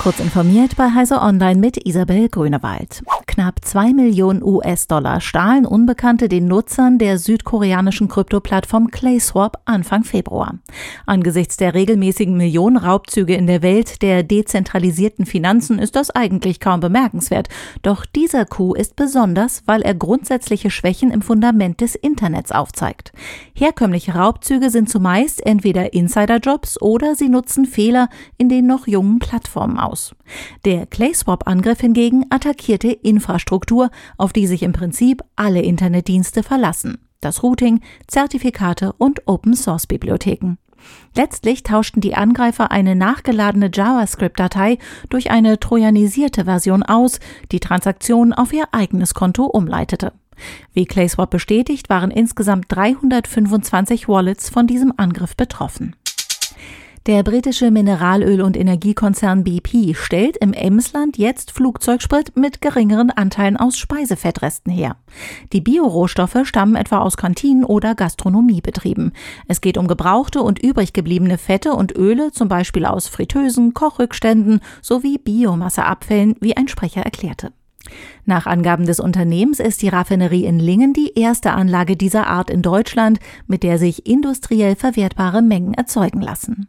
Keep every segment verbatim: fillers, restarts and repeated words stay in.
Kurz informiert bei Heise Online mit Isabel Grünewald. Knapp zwei Millionen U S-Dollar stahlen Unbekannte den Nutzern der südkoreanischen Krypto-Plattform ClaySwap Anfang Februar. Angesichts der regelmäßigen Millionenraubzüge in der Welt der dezentralisierten Finanzen ist das eigentlich kaum bemerkenswert. Doch dieser Coup ist besonders, weil er grundsätzliche Schwächen im Fundament des Internets aufzeigt. Herkömmliche Raubzüge sind zumeist entweder Insiderjobs oder sie nutzen Fehler in den noch jungen Plattformen aus. Der ClaySwap-Angriff hingegen attackierte Infrastruktur, auf die sich im Prinzip alle Internetdienste verlassen. Das Routing, Zertifikate und Open-Source-Bibliotheken. Letztlich tauschten die Angreifer eine nachgeladene JavaScript-Datei durch eine trojanisierte Version aus, die Transaktionen auf ihr eigenes Konto umleitete. Wie ClaySwap bestätigt, waren insgesamt dreihundertfünfundzwanzig Wallets von diesem Angriff betroffen. Der britische Mineralöl- und Energiekonzern B P stellt im Emsland jetzt Flugzeugsprit mit geringeren Anteilen aus Speisefettresten her. Die Biorohstoffe stammen etwa aus Kantinen oder Gastronomiebetrieben. Es geht um gebrauchte und übrig gebliebene Fette und Öle, zum Beispiel aus Fritteusen, Kochrückständen sowie Biomasseabfällen, wie ein Sprecher erklärte. Nach Angaben des Unternehmens ist die Raffinerie in Lingen die erste Anlage dieser Art in Deutschland, mit der sich industriell verwertbare Mengen erzeugen lassen.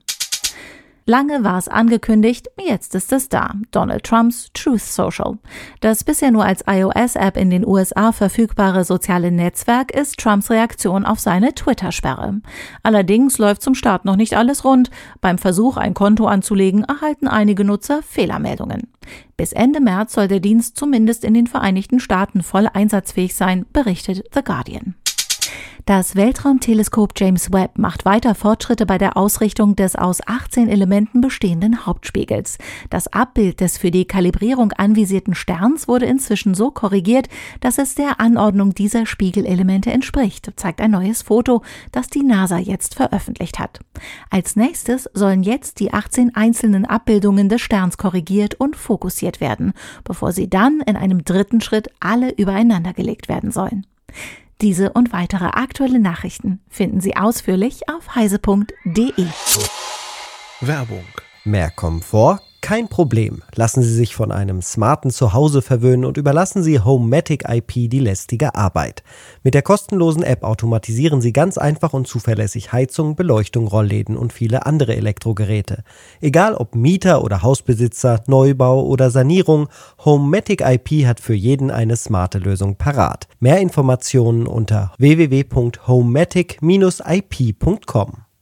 Lange war es angekündigt, jetzt ist es da. Donald Trumps Truth Social. Das bisher nur als iOS-App in den U S A verfügbare soziale Netzwerk ist Trumps Reaktion auf seine Twitter-Sperre. Allerdings läuft zum Start noch nicht alles rund. Beim Versuch, ein Konto anzulegen, erhalten einige Nutzer Fehlermeldungen. Bis Ende März soll der Dienst zumindest in den Vereinigten Staaten voll einsatzfähig sein, berichtet The Guardian. Das Weltraumteleskop James Webb macht weiter Fortschritte bei der Ausrichtung des aus achtzehn Elementen bestehenden Hauptspiegels. Das Abbild des für die Kalibrierung anvisierten Sterns wurde inzwischen so korrigiert, dass es der Anordnung dieser Spiegelelemente entspricht, zeigt ein neues Foto, das die NASA jetzt veröffentlicht hat. Als nächstes sollen jetzt die achtzehn einzelnen Abbildungen des Sterns korrigiert und fokussiert werden, bevor sie dann in einem dritten Schritt alle übereinander gelegt werden sollen. Diese und weitere aktuelle Nachrichten finden Sie ausführlich auf heise punkt de. Werbung. Mehr Komfort? Kein Problem. Lassen Sie sich von einem smarten Zuhause verwöhnen und überlassen Sie Homematic I P die lästige Arbeit. Mit der kostenlosen App automatisieren Sie ganz einfach und zuverlässig Heizung, Beleuchtung, Rollläden und viele andere Elektrogeräte. Egal ob Mieter oder Hausbesitzer, Neubau oder Sanierung, Homematic I P hat für jeden eine smarte Lösung parat. Mehr Informationen unter w w w punkt homematic dash i p punkt com.